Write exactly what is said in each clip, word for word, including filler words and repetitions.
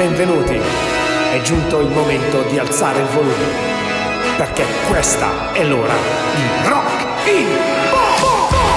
benvenuti. È giunto il momento di alzare il volume, perché questa è l'ora di Rock in Box.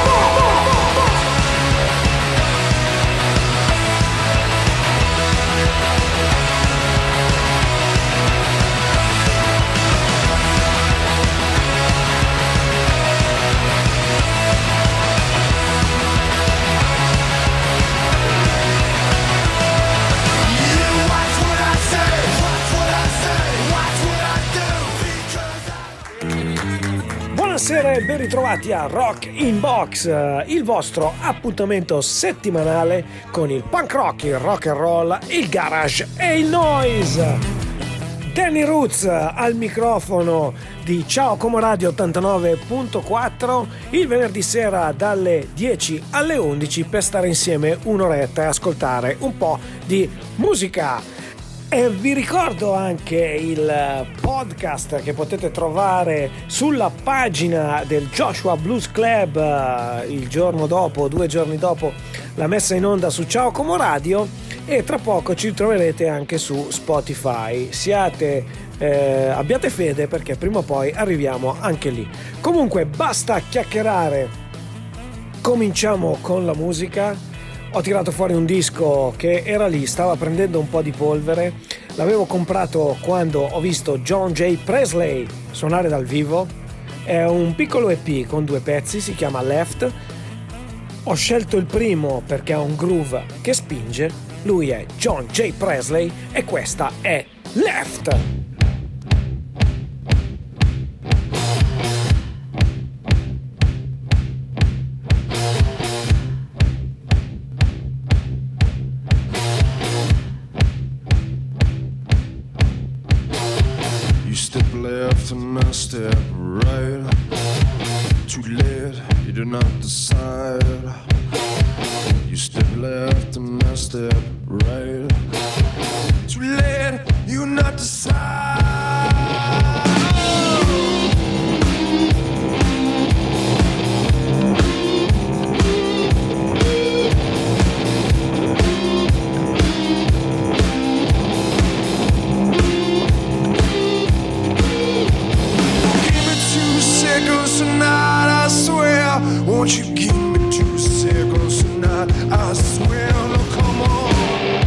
Buonasera e ben ritrovati a Rock in Box, il vostro appuntamento settimanale con il punk rock, il rock and roll, il garage e il noise. Danny Roots al microfono di Ciao Como Radio ottantanove virgola quattro il venerdì sera dalle dieci alle undici per stare insieme un'oretta e ascoltare un po' di musica. E vi ricordo anche il podcast che potete trovare sulla pagina del Joshua Blues Club il giorno dopo, due giorni dopo la messa in onda su Ciao Como Radio, e tra poco ci troverete anche su Spotify. Siate, eh, abbiate fede, perché prima o poi arriviamo anche lì. Comunque basta chiacchierare, cominciamo con la musica. Ho tirato fuori un disco che era lì, stava prendendo un po' di polvere. L'avevo comprato quando ho visto John J. Presley suonare dal vivo. È un piccolo E P con due pezzi, si chiama Left. Ho scelto il primo perché ha un groove che spinge. Lui è John J. Presley e questa è Left. Left and I step right. Too late, you do not decide. You step left and I step right. Too late, you not decide. Tonight, I swear, won't you give me two seconds tonight? I swear, no, come on.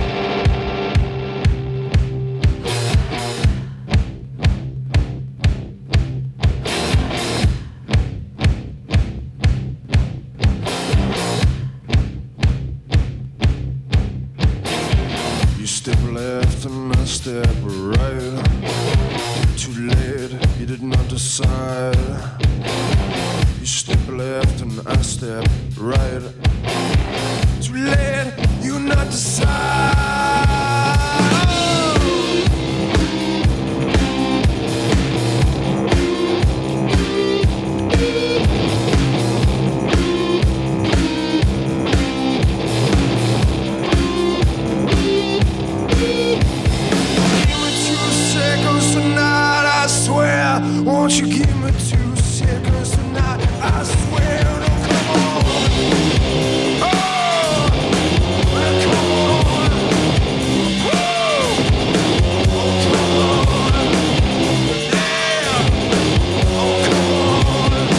You step left and I step right. Too late, you did not decide. You step left and I step right. Too late, you not decide. Give me two seconds tonight, I swear. Won't you give me two seconds tonight? I swear, no, come on. Oh, well, come on. Woo. Oh, come on. Yeah. Oh, come on.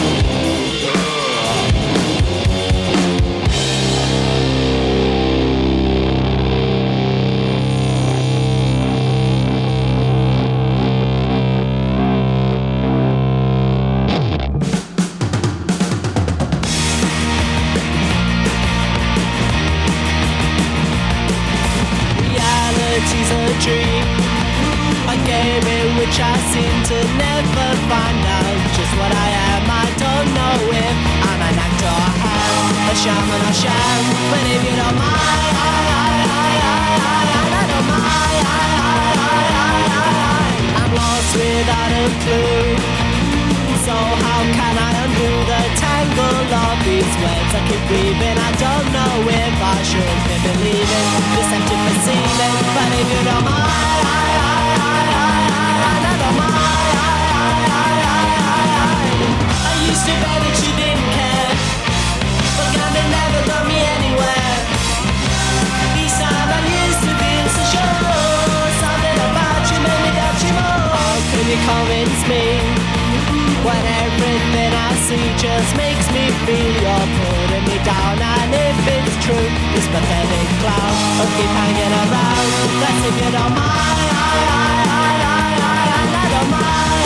Reality's a dream, a game in which I seem to never find out just what I am. I don't know if I'm an actor or am, a shaman or sham. But if you don't mind, I, I, I, I, I, I don't mind. I, I, I, I, I'm lost without a clue. So how can I undo the tangle of these webs? I keep weaving, I don't know if I should be believing this empty perceiving. But if you don't mind, I, I, I, I, I don't mind. I, I, I, I, I, I used to bet that you didn't care, but God had never got me anywhere. These time I used to feel so sure. just makes me feel you're putting me down. And if it's true, this pathetic clown will keep hanging around. That's if you don't mind, I, I, I, I, I, I don't mind.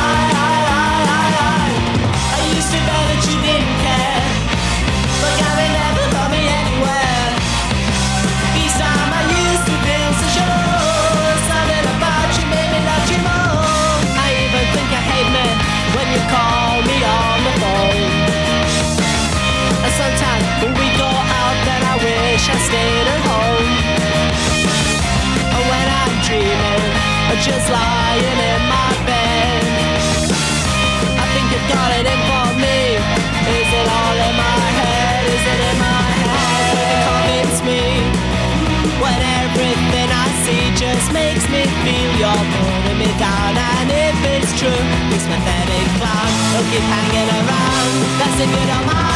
I used to know that you didn't care, but Gary never got me anywhere. Each time I used to feel so sure, something about you made me love you more. I even think you hate me when you call me on the phone. And sometimes when we go out, then I wish I stayed at home. And when I'm dreaming, or just lying in my bed, I think you've got it in for me. Is it all in my head? Is it in my head? Will you convince me? When everything I see just makes me feel you're pulling me down. And if it's true, this pathetic clown will keep hanging around. That's if you don't mind.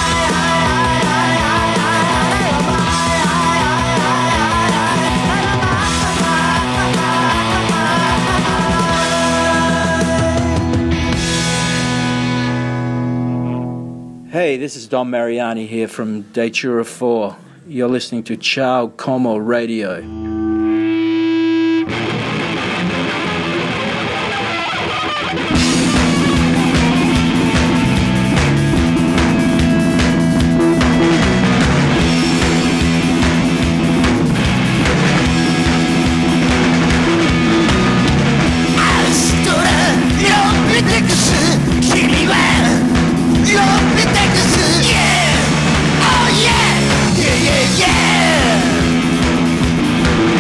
Hey, this is Don Mariani here from Datura four. You're listening to Ciao Como Radio. Yeah!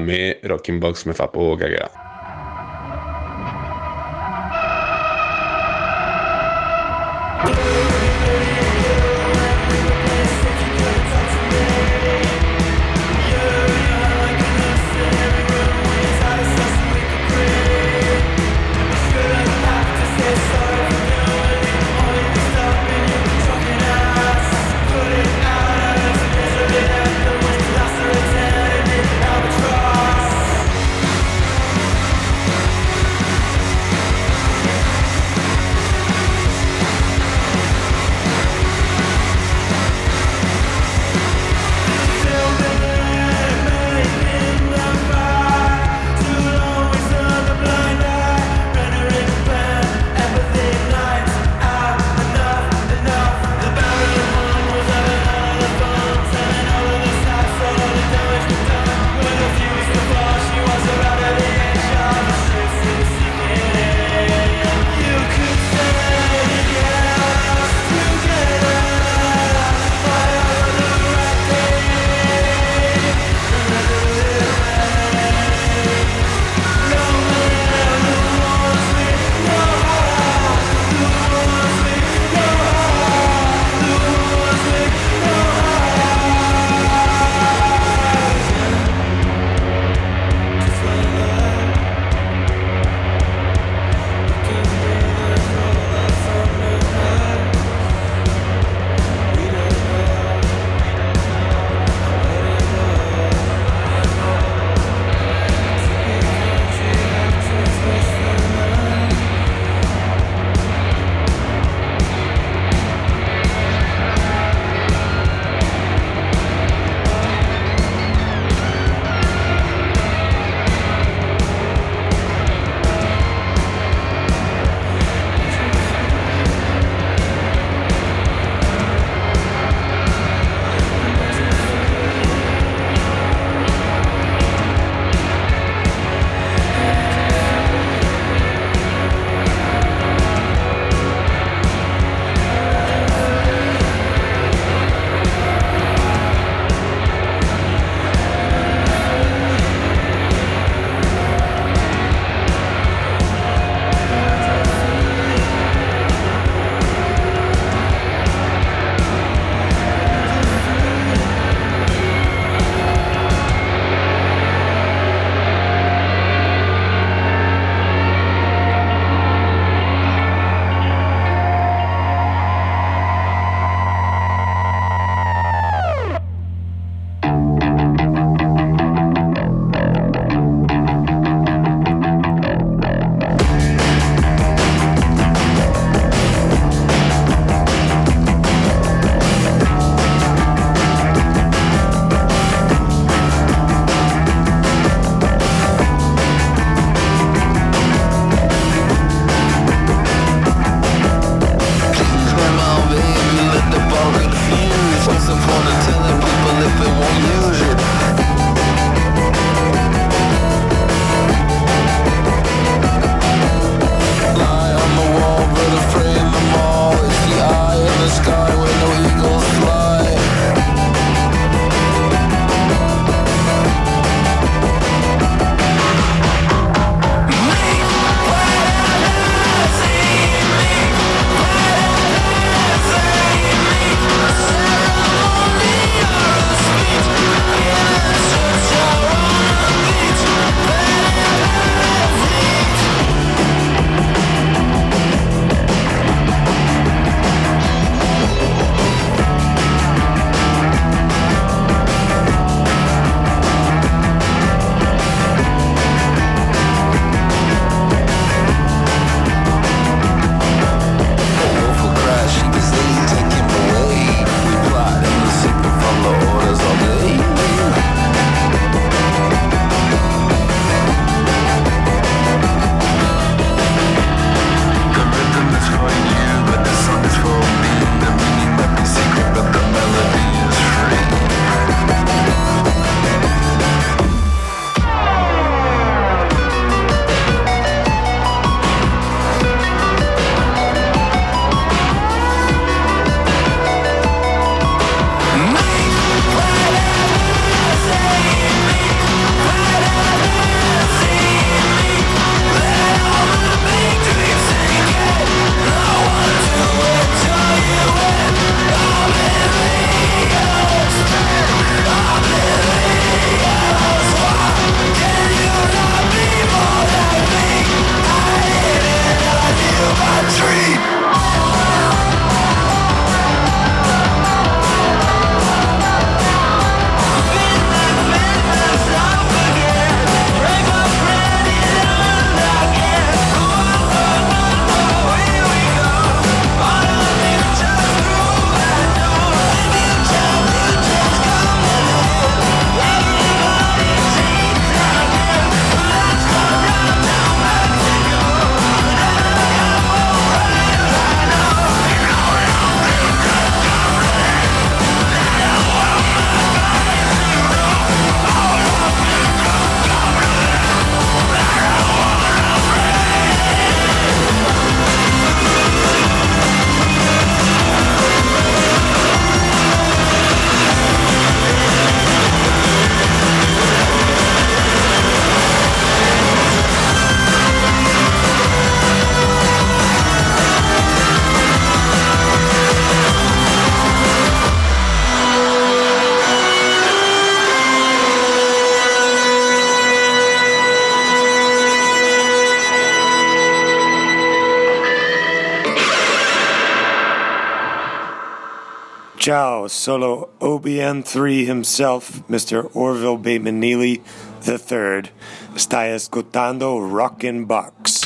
me Rocking Box mi fa poco cagare. Albatross. Ciao, solo O B N three himself, mister Orville Bateman Neely the third. Stai ascoltando Rockin' Box.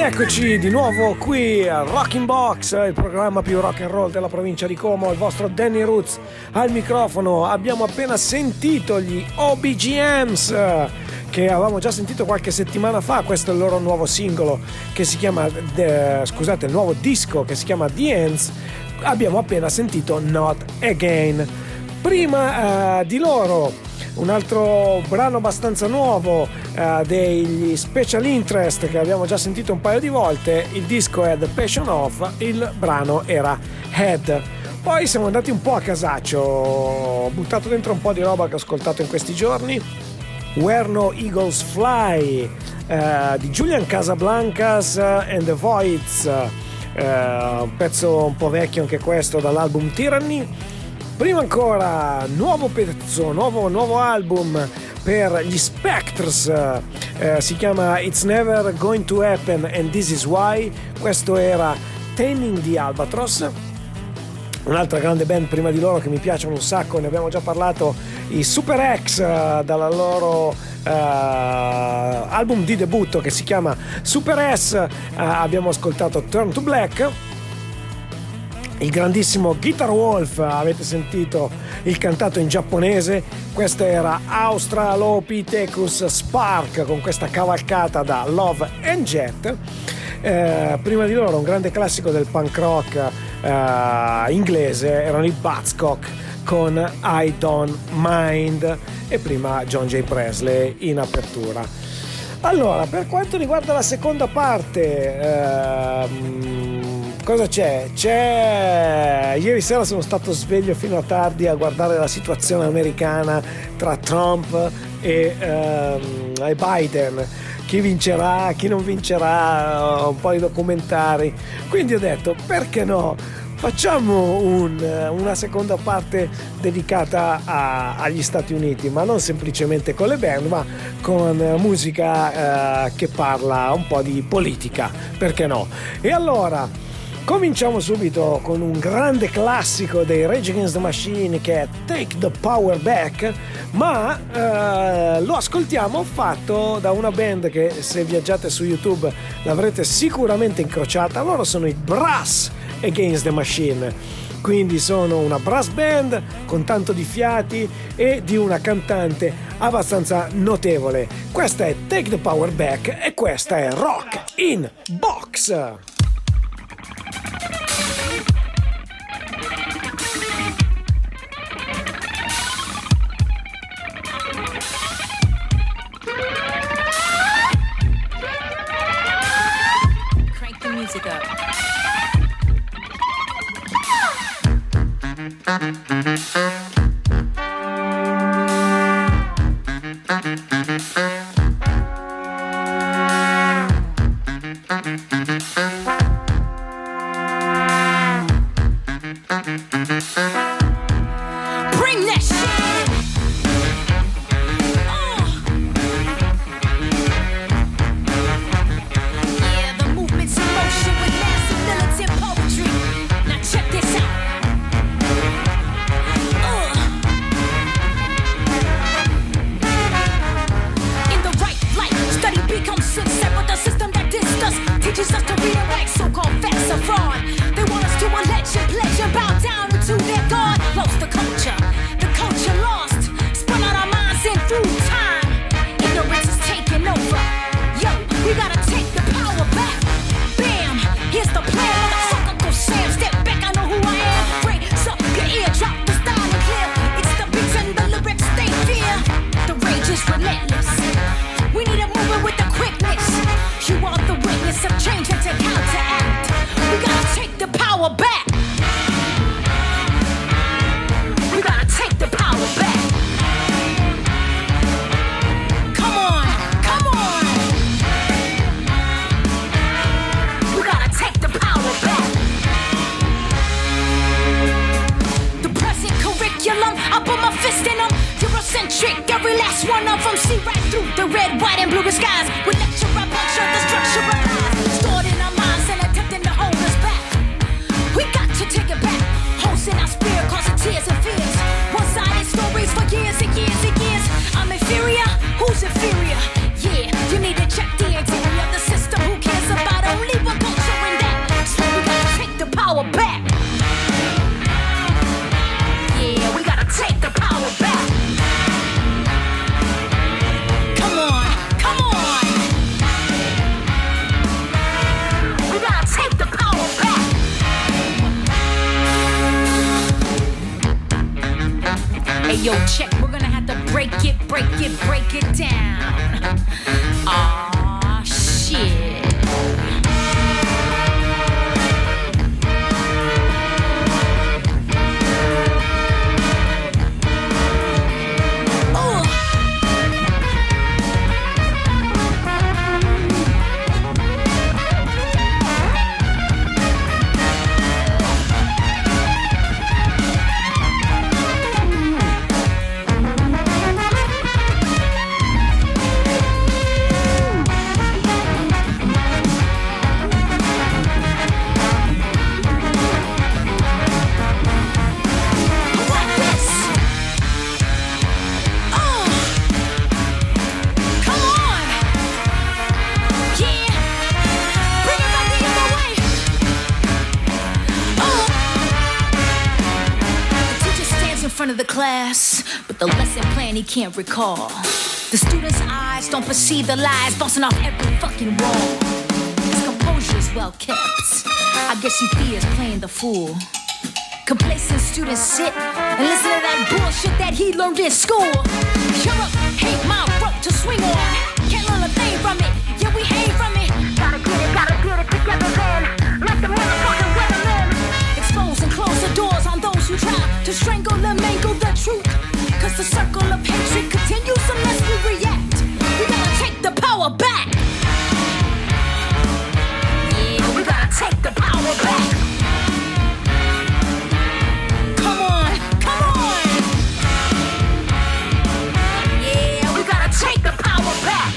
Eccoci di nuovo qui a Rocking Box, il programma più rock and roll della provincia di Como, il vostro Danny Roots al microfono. Abbiamo appena sentito gli O B G Ms, che avevamo già sentito qualche settimana fa. Questo è il loro nuovo singolo che si chiama, eh, scusate, il nuovo disco che si chiama The Ends. Abbiamo appena sentito Not Again. Prima eh, di loro un altro brano abbastanza nuovo uh, degli Special Interest che abbiamo già sentito un paio di volte. Il disco è The Passion Of, il brano era Head. Poi siamo andati un po' a casaccio, ho buttato dentro un po' di roba che ho ascoltato in questi giorni. Where No Eagles Fly uh, di Julian Casablancas and the Voids, uh, un pezzo un po' vecchio anche questo dall'album Tyranny. Prima ancora, nuovo pezzo, nuovo, nuovo album per gli Spectres, eh, si chiama It's Never Going to Happen and This Is Why. Questo era Taming the Albatross, un'altra grande band prima di loro che mi piacciono un sacco, ne abbiamo già parlato, i Super X, uh, dalla loro uh, album di debutto che si chiama Super S. Uh, abbiamo ascoltato Turn to Black. Il grandissimo Guitar Wolf, avete sentito il cantato in giapponese, questo era Australopithecus Spark con questa cavalcata da Love and Jet. Eh, prima di loro un grande classico del punk rock eh, inglese erano i Buzzcock con I Don't Mind, e prima John J. Presley in apertura. Allora, per quanto riguarda la seconda parte, ehm, cosa c'è? C'è... Ieri sera sono stato sveglio fino a tardi a guardare la situazione americana tra Trump e, ehm, e Biden. Chi vincerà, chi non vincerà, un po' di documentari. Quindi ho detto, perché no? Facciamo un, una seconda parte dedicata a, agli Stati Uniti, ma non semplicemente con le band, ma con musica eh, che parla un po' di politica, perché no? E allora cominciamo subito con un grande classico dei Rage Against the Machine che è Take the Power Back, ma eh, lo ascoltiamo fatto da una band che, se viaggiate su YouTube, l'avrete sicuramente incrociata. Loro sono i Brass Against the Machine, quindi sono una brass band con tanto di fiati e di una cantante abbastanza notevole. Questa è Take the Power Back e questa è Rock in Box. Crank the music up. Bring that shit. Uh. Yeah, the movement's in motion with massive militant poetry. Now check this out. Uh. In the right light, study becomes success, but the system that dissed us teaches us to read and write so-called facts of fraud. They want us to allege and pledge and bow down to their God. Lost the culture, the culture lost. Spun out our minds and through time. Ignorance is taking over. Yo, we gotta take the power back. Bam, here's the plan. Motherfucker, go Sam, step back, I know who I am. Raise up your ear, drop the style and clear. It's the beats and the lyrics they fear. The rage is relentless. We need a movement with the quickness. You are the witness of change and to counteract. We gotta take the power back. We gotta take the power back. Come on, come on. We gotta take the power back. The present curriculum, I put my fist in them. Eurocentric, every last one of them. See right through the red, white, and blue skies. We lecture, I puncture the structure of lies. Stored in our minds and attempting to hold us back. We got to take it back. Holes in our spirit, causing tears and fears. One-sided stories for years and years and years. I'm inferior? Who's inferior? Yeah, you need to check the interior of the system. Who cares about only back. Yeah, we gotta take the power back. Come on, come on. We gotta take the power back. Hey yo, check, we're gonna have to break it, break it, break it down. Aw, shit. Of the class, but the lesson plan he can't recall. The students' eyes don't perceive the lies bouncing off every fucking wall. His composure's well kept. I guess he fears playing the fool. Complacent students sit and listen to that bullshit that he learned in school. Europe ain't my rope to swing on. Can't learn a thing from it. Yeah, we hang from it. Gotta get it, gotta get it together then. Like the motherfucking weathermen. Expose and close the doors on those who try to strangle and mangle the truth. Cause the circle of hatred continues unless we react. We gotta take the power back. Yeah, we gotta take the power back. Come on, come on. Yeah, we gotta take the power back.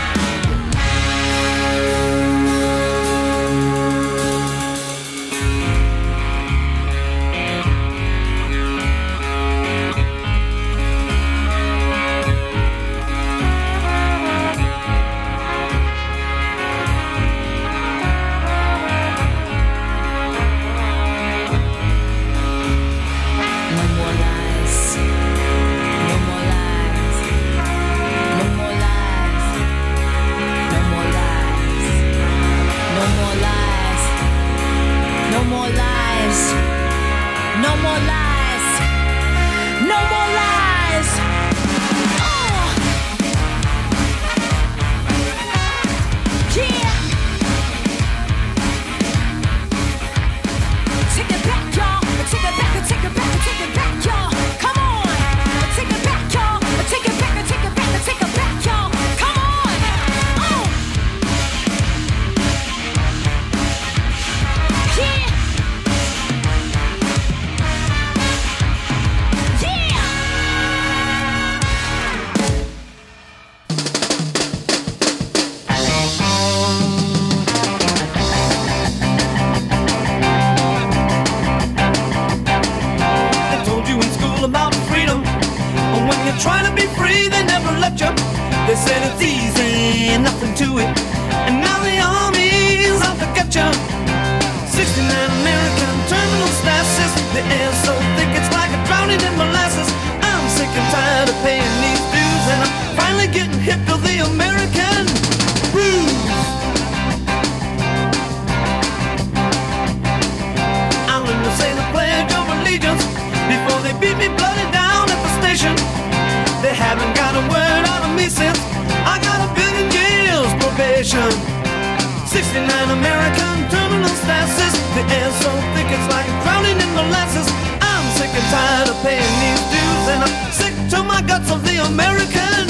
sixty-nine American terminal stasis. The air's so thick it's like drowning in molasses. I'm sick and tired of paying these dues, and I'm sick to my guts of the American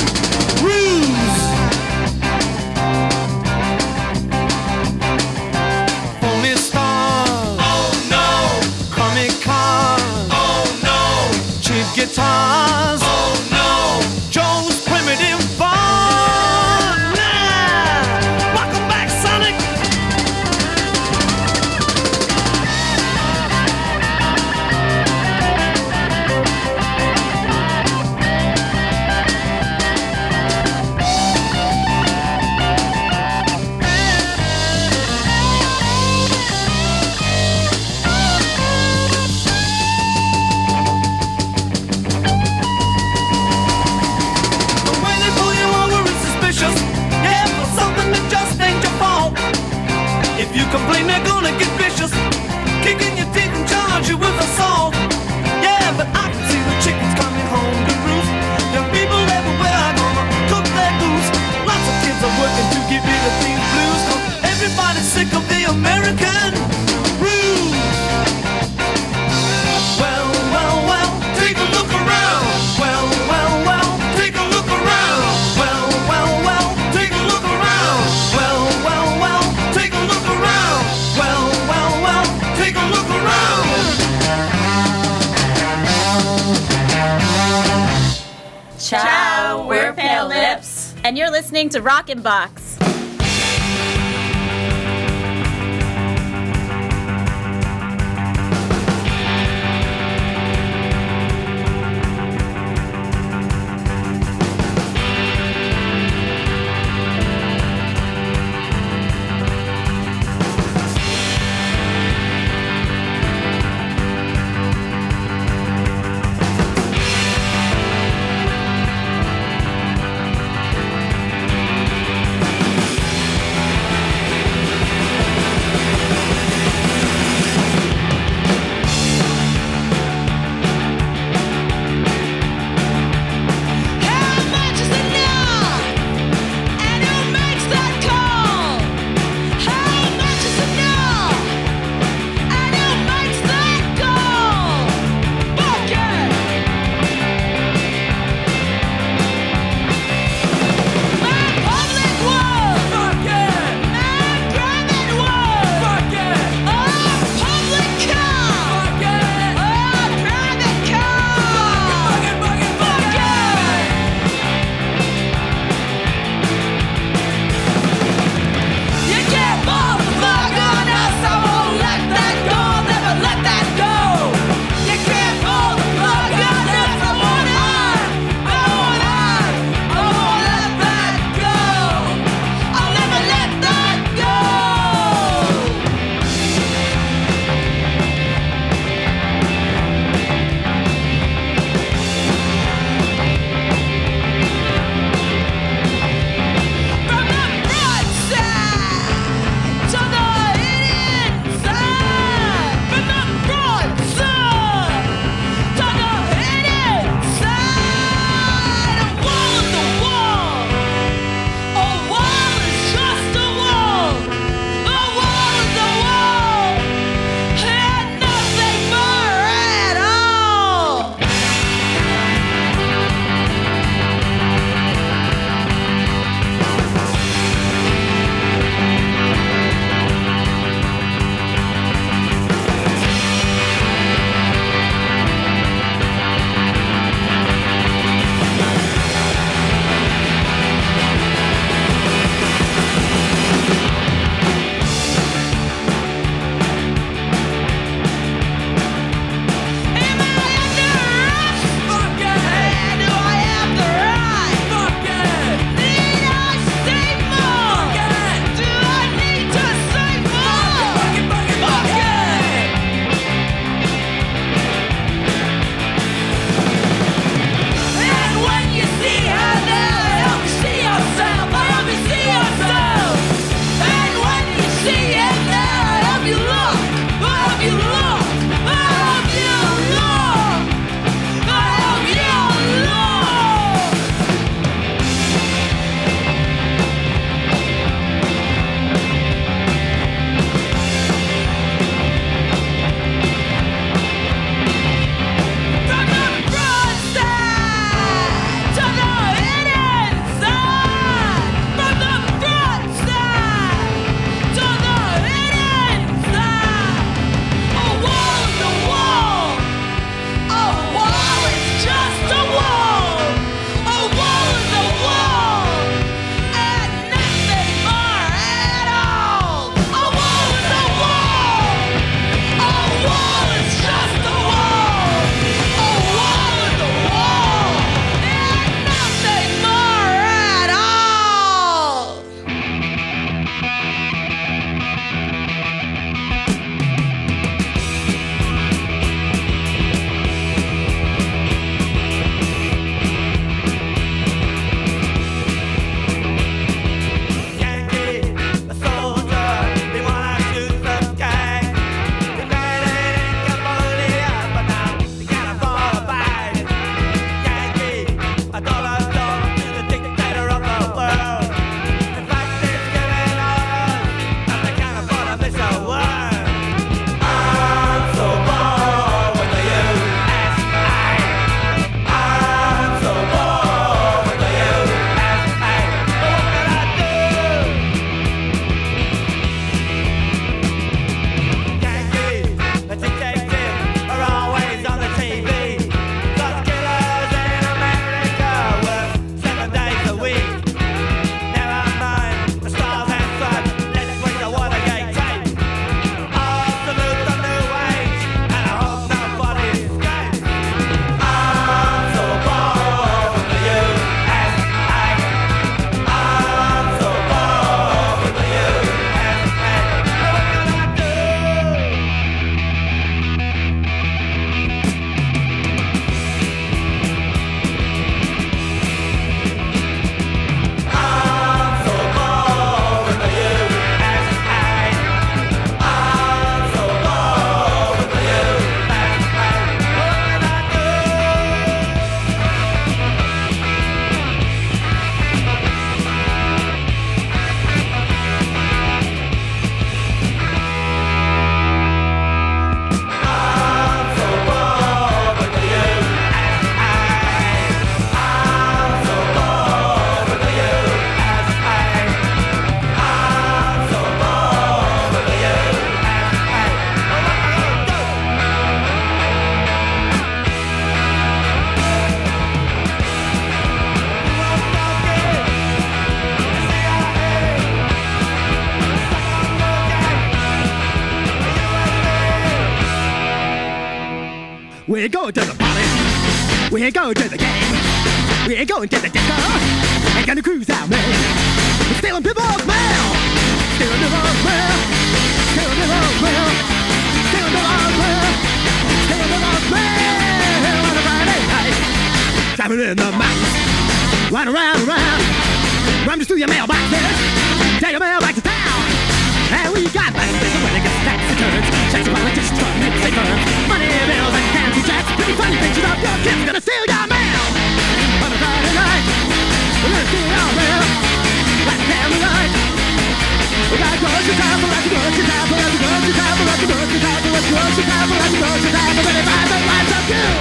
ruse. Phony stars, oh no. Crummy cars, oh no. Cheap guitars, oh no. Joe's primitive bar, nah. Welcome back, Sonic. and you're listening to Rockin' Box. We're going to the party. We're going to the game. We're going to the disco. Ain't gonna cruise out, man. We're stealing people's mail. Stealing people's mail. Stealing people's mail. Stealing people's mail. Stealing people's mail on a Friday night. Driving in the mountains. Run around, around. Run through your mailboxes. Take your mail back to town. And we got money when it gets tax returns. Checks and politicians from mid-state firms. Money bills and candy checks. Pretty funny pictures of your kids gonna steal your mail. On a Friday night, we're gonna steal your mail. Like candlelight. We got grocery time for us, grocery time for us, grocery time for us, grocery time for us, grocery time for us, grocery time for anybody that lights up you.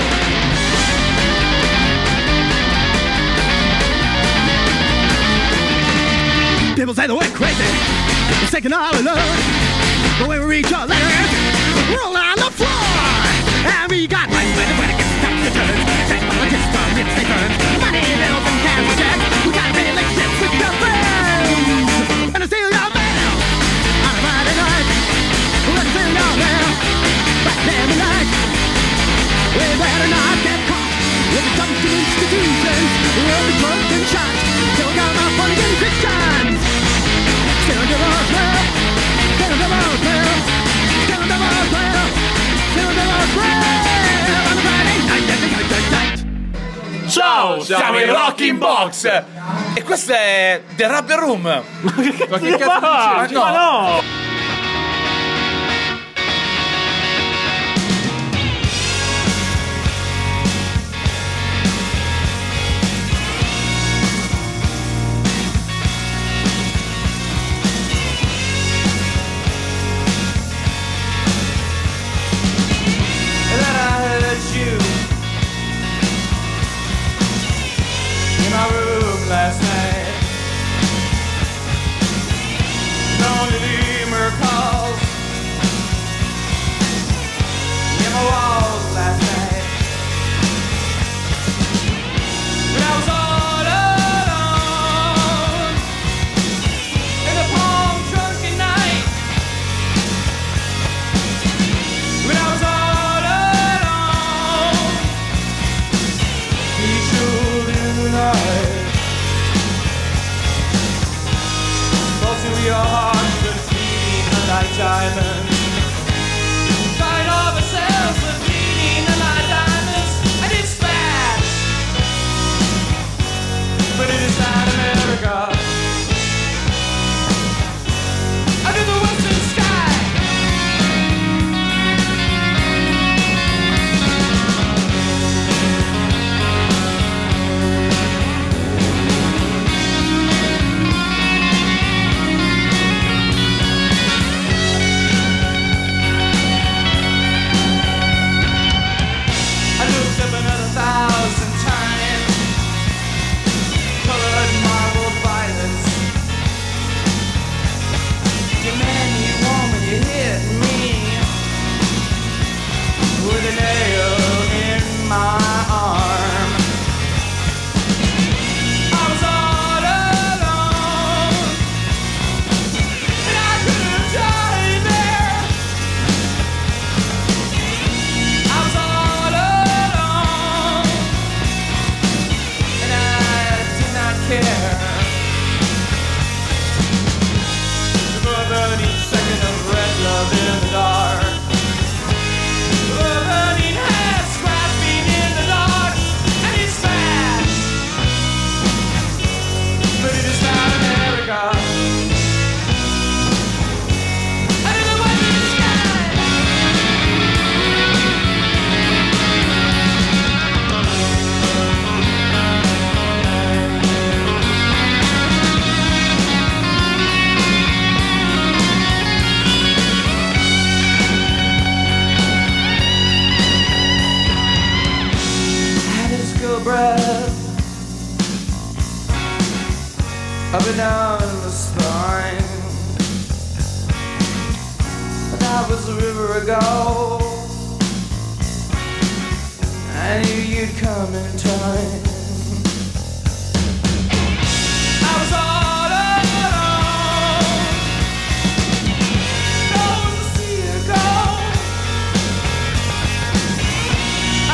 People say that we're crazy. We're taking all alone. But when we reach our letters, we're all on the floor. And we got money when it gets tax returns. Tax politics from mid-state firms. Money, bills, and cancer checks. We got relationships with your friends. And I steal your mail on a Friday night. We're gonna steal your mail back every night. We better not get caught. We'll be dumped in institutions. We'll be drugged and shot. Still got my funny and Christians. Still the Lord's will. Still the Lord's will. Still the Lord's will. Still the Lord's will. On a Friday night, every night, night. Ciao, siamo i Rocking Box. E questo è The Rubber Room. Ma che cazzo, ma che cazzo dici? Ma no! Last night, lonely lemur calls in my walls last night. When I was all alone in the palm drunken night. When I was all alone, he showed in the night. To your heart, the beating like diamonds. Find all the cells, the beating like diamonds. And it's bad, but it is not America. Under the western sky. Thousand times, colored marble violence. You man, you woman, you hit me with a nail in my arm. I was all alone, and I could have died there. I was all care. For burning second of red love in the dark. For burning hands grasping in the dark. And it's bad, but it is not America. And in the western sky. Breath up and down the spine. That was a river ago. I knew you'd come in time. I was all alone. No one to see you go.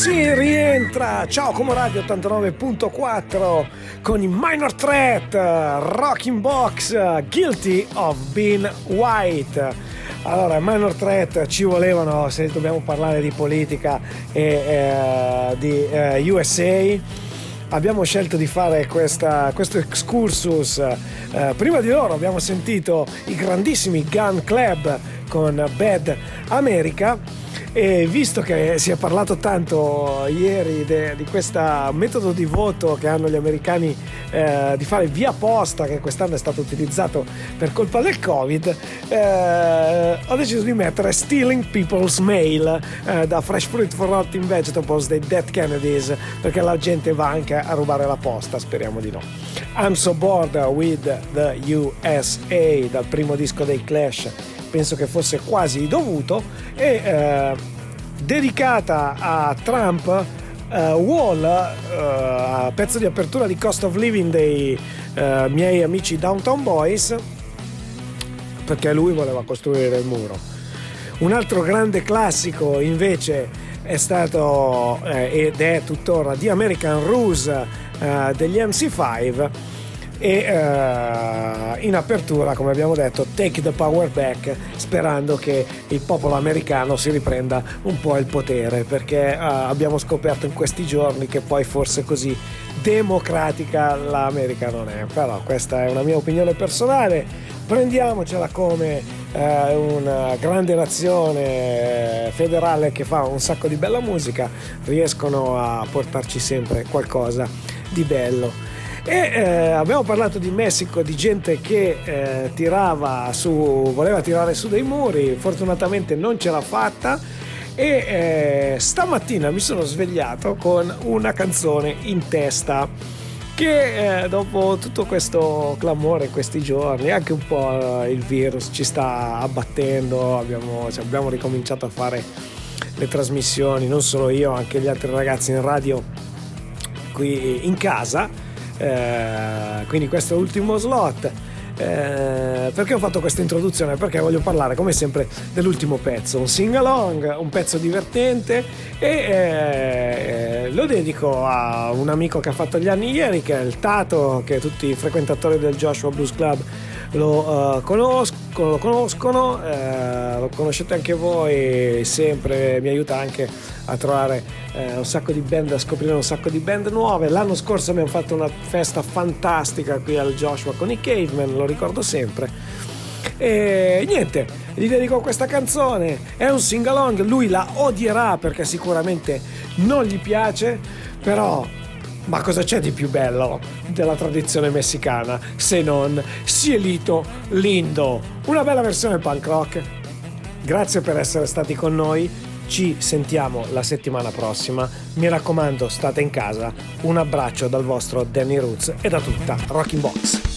si rientra. Ciao Como Radio ottantanove virgola quattro con i Minor Threat, Rocking Box, Guilty of Being White. Allora, Minor Threat ci volevano, se dobbiamo parlare di politica e eh, di eh, U S A. Abbiamo scelto di fare questa, questo excursus. Eh, prima di loro abbiamo sentito i grandissimi Gun Club con Bad America. E visto che si è parlato tanto ieri de, di questo metodo di voto che hanno gli americani eh, di fare via posta, che quest'anno è stato utilizzato per colpa del Covid, eh, ho deciso di mettere Stealing People's Mail eh, da Fresh Fruit for Rotten Vegetables dei Dead Kennedys, perché la gente va anche a rubare la posta, speriamo di no. I'm So Bored with the U S A dal primo disco dei Clash, penso che fosse quasi dovuto, e eh, dedicata a Trump, uh, Wall, uh, pezzo di apertura di Cost of Living dei uh, miei amici Downtown Boys, perché lui voleva costruire il muro. Un altro grande classico invece è stato eh, ed è tuttora The American Ruse uh, degli M C cinque, e uh, in apertura, come abbiamo detto, Take the Power Back, sperando che il popolo americano si riprenda un po' il potere, perché uh, abbiamo scoperto in questi giorni che poi forse così democratica l'America non è. Però questa è una mia opinione personale, prendiamocela come uh, una grande nazione federale che fa un sacco di bella musica, riescono a portarci sempre qualcosa di bello. E eh, abbiamo parlato di Messico, di gente che eh, tirava su, voleva tirare su dei muri, fortunatamente non ce l'ha fatta, e eh, stamattina mi sono svegliato con una canzone in testa che eh, dopo tutto questo clamore, questi giorni, anche un po' il virus ci sta abbattendo, abbiamo, cioè, abbiamo ricominciato a fare le trasmissioni, non solo io, anche gli altri ragazzi in radio qui in casa. Eh, quindi questo è l'ultimo slot. Eh, perché ho fatto questa introduzione? Perché voglio parlare come sempre dell'ultimo pezzo, un sing along, un pezzo divertente, e eh, lo dedico a un amico che ha fatto gli anni ieri, che è il Tato, che tutti i frequentatori del Joshua Blues Club lo, uh, conoscono, lo conoscono, eh, lo conoscete anche voi, sempre mi aiuta anche a trovare eh, un sacco di band, a scoprire un sacco di band nuove. L'anno scorso abbiamo fatto una festa fantastica qui al Joshua con i Cavemen, lo ricordo sempre, e niente, gli dedico questa canzone, è un sing along, lui la odierà perché sicuramente non gli piace, però ma cosa c'è di più bello della tradizione messicana se non Cielito Lindo, una bella versione punk rock. Grazie per essere stati con noi, ci sentiamo la settimana prossima, mi raccomando state in casa, un abbraccio dal vostro Danny Roots e da tutta Rocking Box.